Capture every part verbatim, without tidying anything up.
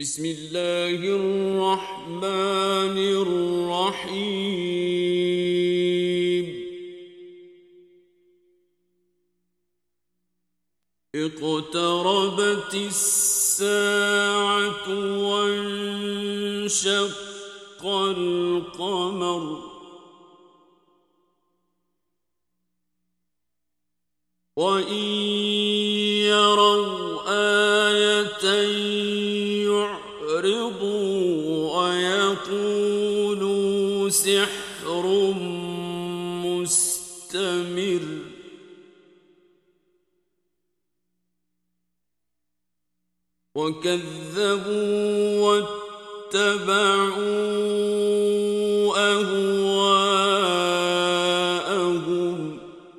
بسم الله الرحمن الرحيم اقتربت الساعة وانشق القمر وإن يروا آية يعرضوا ويقولوا سحر مستمر وكذبوا واتبعوا أهواءهم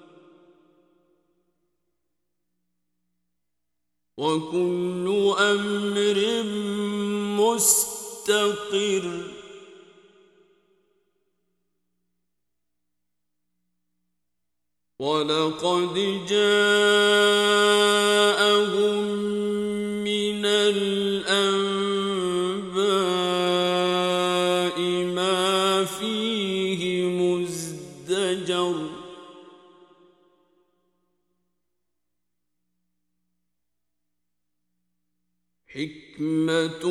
وكل أمر مستقر ولقد جاءهم من الأنباء ما فيه مزدجر حكمة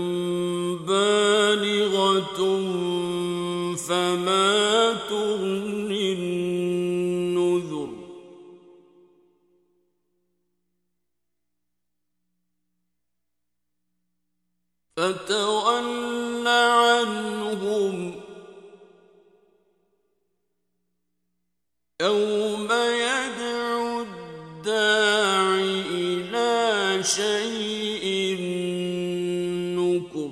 بالغة فما تغني النذر فتول عنهم يوم يدعو الداع إلى شيء نكر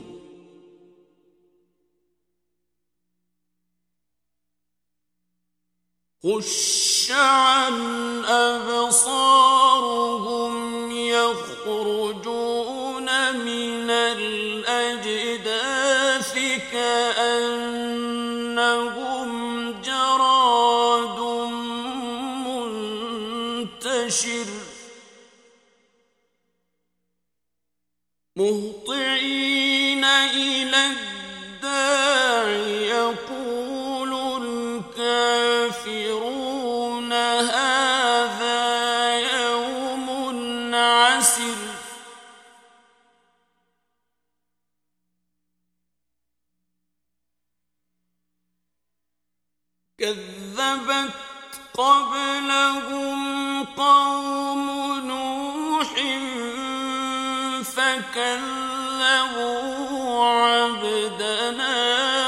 خش عن أبصارهم يخرجون من الأجداث كأنهم جراد منتشر مهطعين إلى الداع يقول الكافرون هذا يوم عسر كذبت قبلهم قوم نوح فكذبوا عبدنا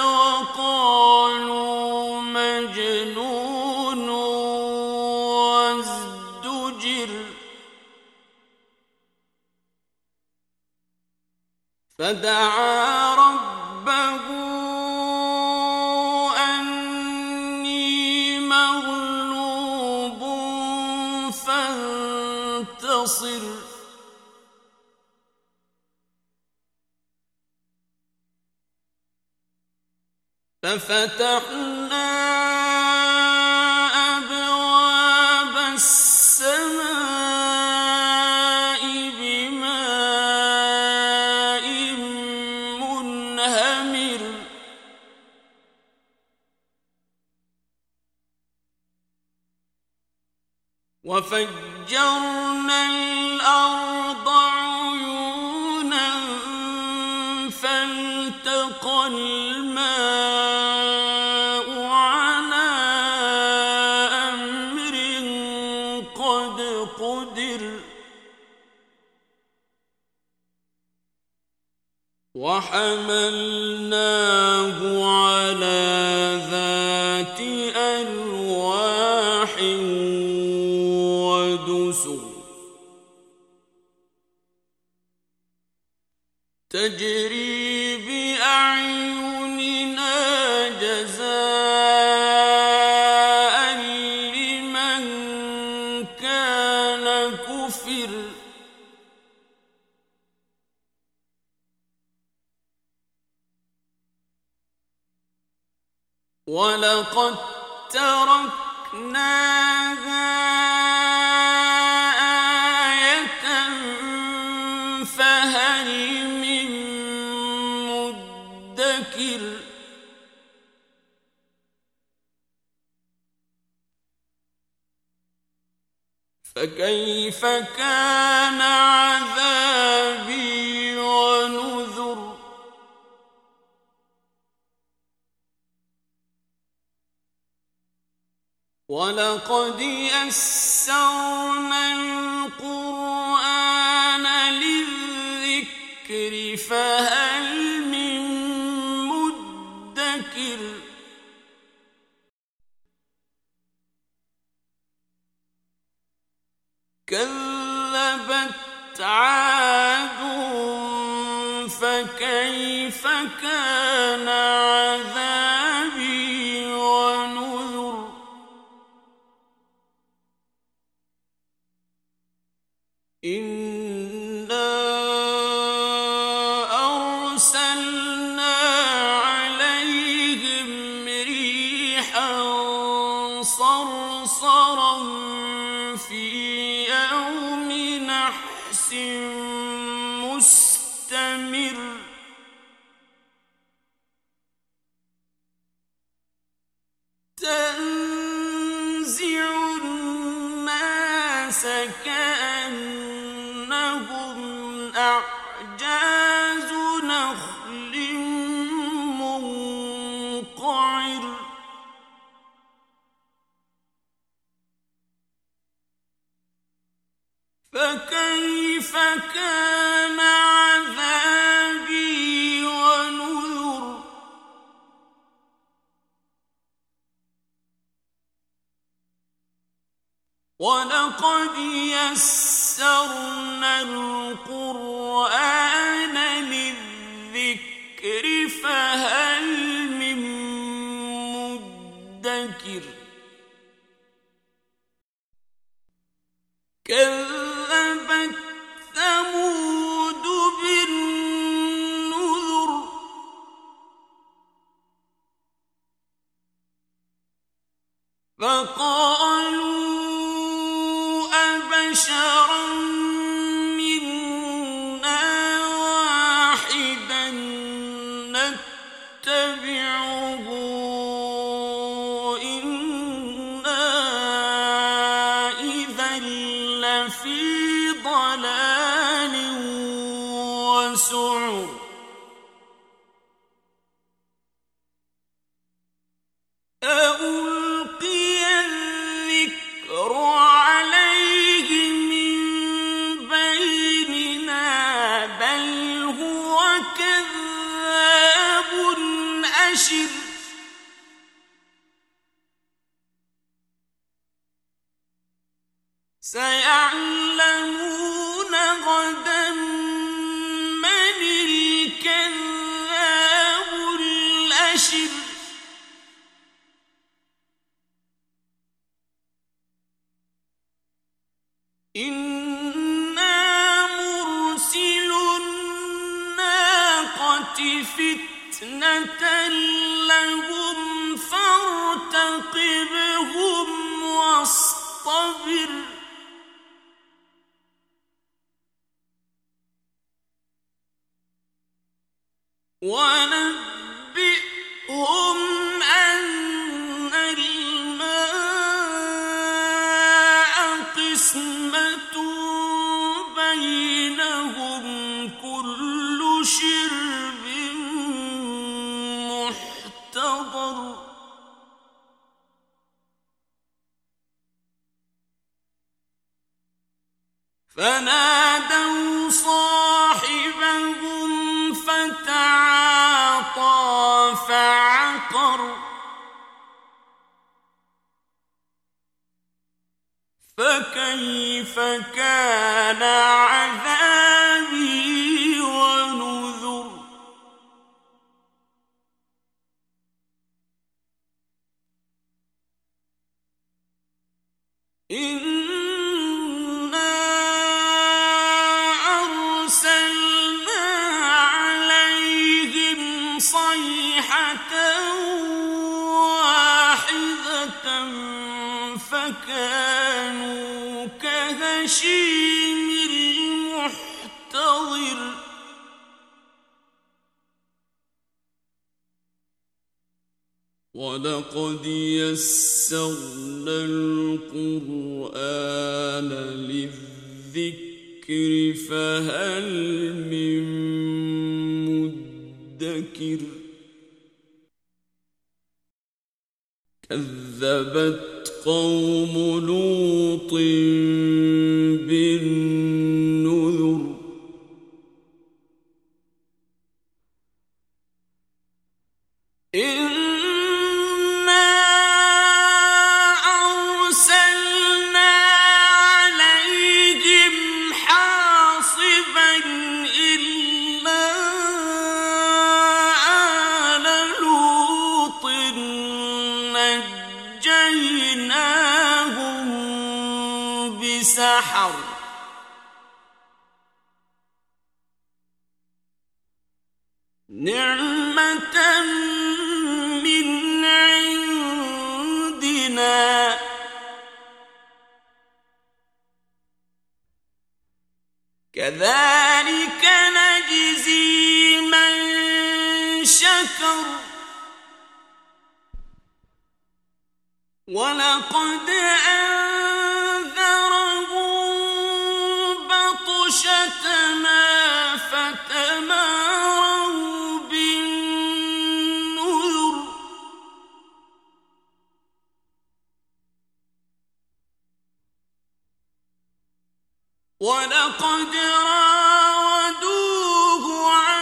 وقالوا مجنون وازدجر فدعا ربه أني مغلوب فانتصر ففتحنا أبواب السماء بماء منهمر وفجرنا الأرض عيونا فالتقى الماء على أمر قد قدر وحملناه على ذات ألواح ودسر تجري بأعيننا جزاء لمن كان كفر ولقد تركناها آية فهل من فكيف كان عذابي ونذر ولقد يسرنا القرآن للذكر فهل من مدكر كذبت عاد فكيف كان عذابي ونذر إنا أرسلنا عليهم ريحا صرصرا في يوم نحس مستمر تنزع الناس كأنهم أعجاز نخل منقعر فكيف كان عذابي ونذر ولقد يسرنا القرآن للذكر فهل من مدكر كذبت ثمود بالنذر فقالوا أبشرا منا واحدا نتبعه إنا إذا لفي ضلال وسعر ألقي الذكر عليه من بيننا بل هو كذاب أشر سيعلمون غدا من الكذاب الأشر إنا مرسل الناقة فتنة لهم فارتقبهم واصطبر ونبئهم أن الماء قسمة بينهم كل شرب محتضر فنادوا صاحبهم فتعاطى فعقر فكيف كان عذابي ونذر إنا أرسلنا عليهم صيحة واحدة فكانوا كهشيم المحتضر وَلَقَدْ يَسَّرْنَا الْقُرْآنَ لِلذِّكْرِ فَهَلْ مِن مُّدَّكِرٍ كَذَّبَتْ قَوْمُ لُوطٍ بِالنُّذُرِ سحر نعمة من عندنا كذلك نجزي من شكر ولقد بطشتنا فتماروا بالنذر ولقد راودوه عن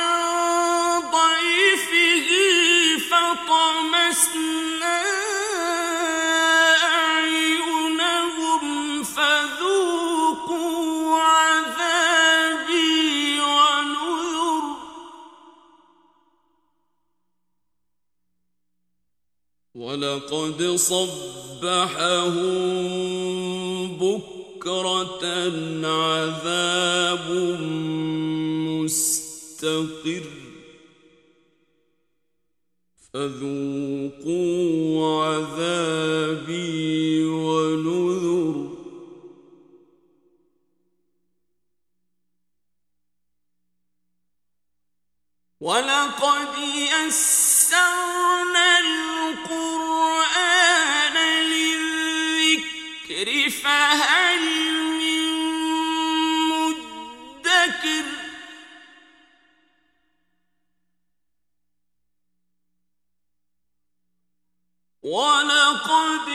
ضيفه فطمسنا أعينهم فذوقوا عذابي ونذر ولقد صبحهم بكرة عذاب مستقر فذوقوا عذابي ونذر ولقد يسرنا القرآن للذكر فهل من مدكر ولقد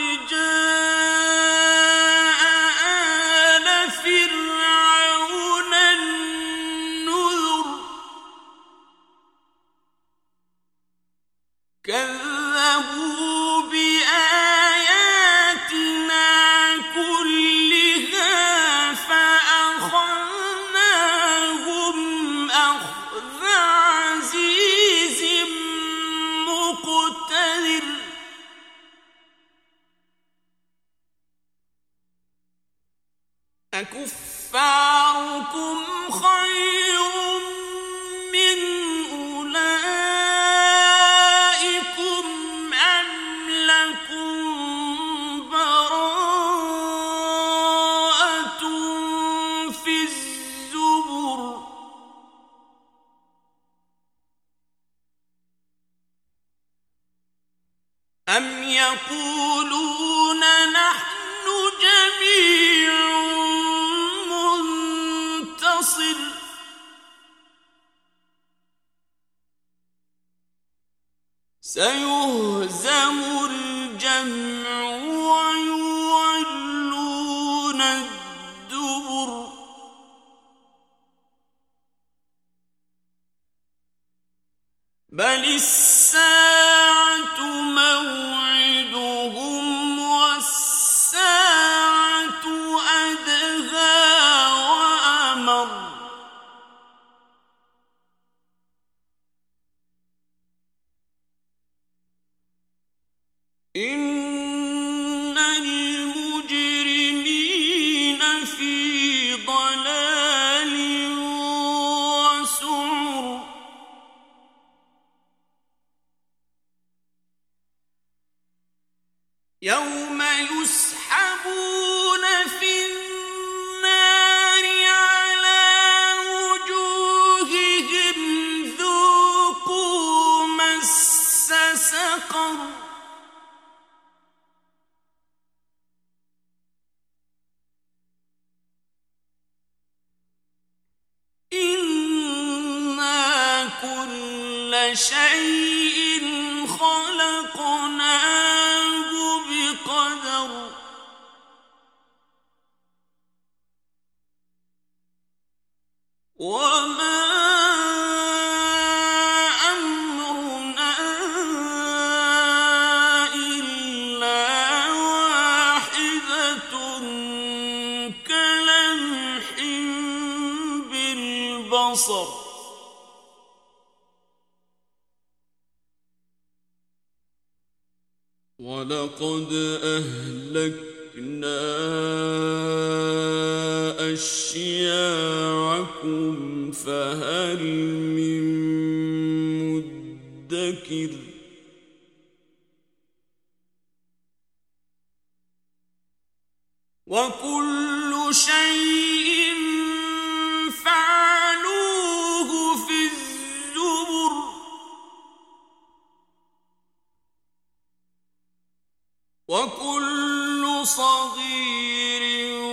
جاء آل فرعون النذر كذبوا بآياتنا كلها فأخذناهم أخذ عزيز مقتدر أكفاركم خير من أولئكم أم لكم براءة في الزبر أم يقولون نحن جميع منتصر سيهزم الجمع ويولون الدبر بل الساعة موعدهم والساعة أدهى وأمر إن المجرمين في ضلال وسعر يوم يسحبون في النار على وجوههم ذوقوا مس سقر وكل شيء خلقناه بقدر وما أمرنا إلا واحدة كلمح بالبصر ولقد أهلكنا أشياعكم فهل من مدكر وكل شيء فعلوه في الزبر وكل صغير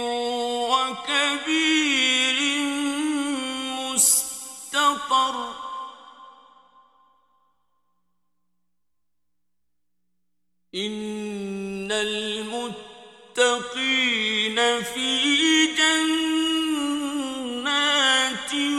وكبير مستطر إن المتقين في جنات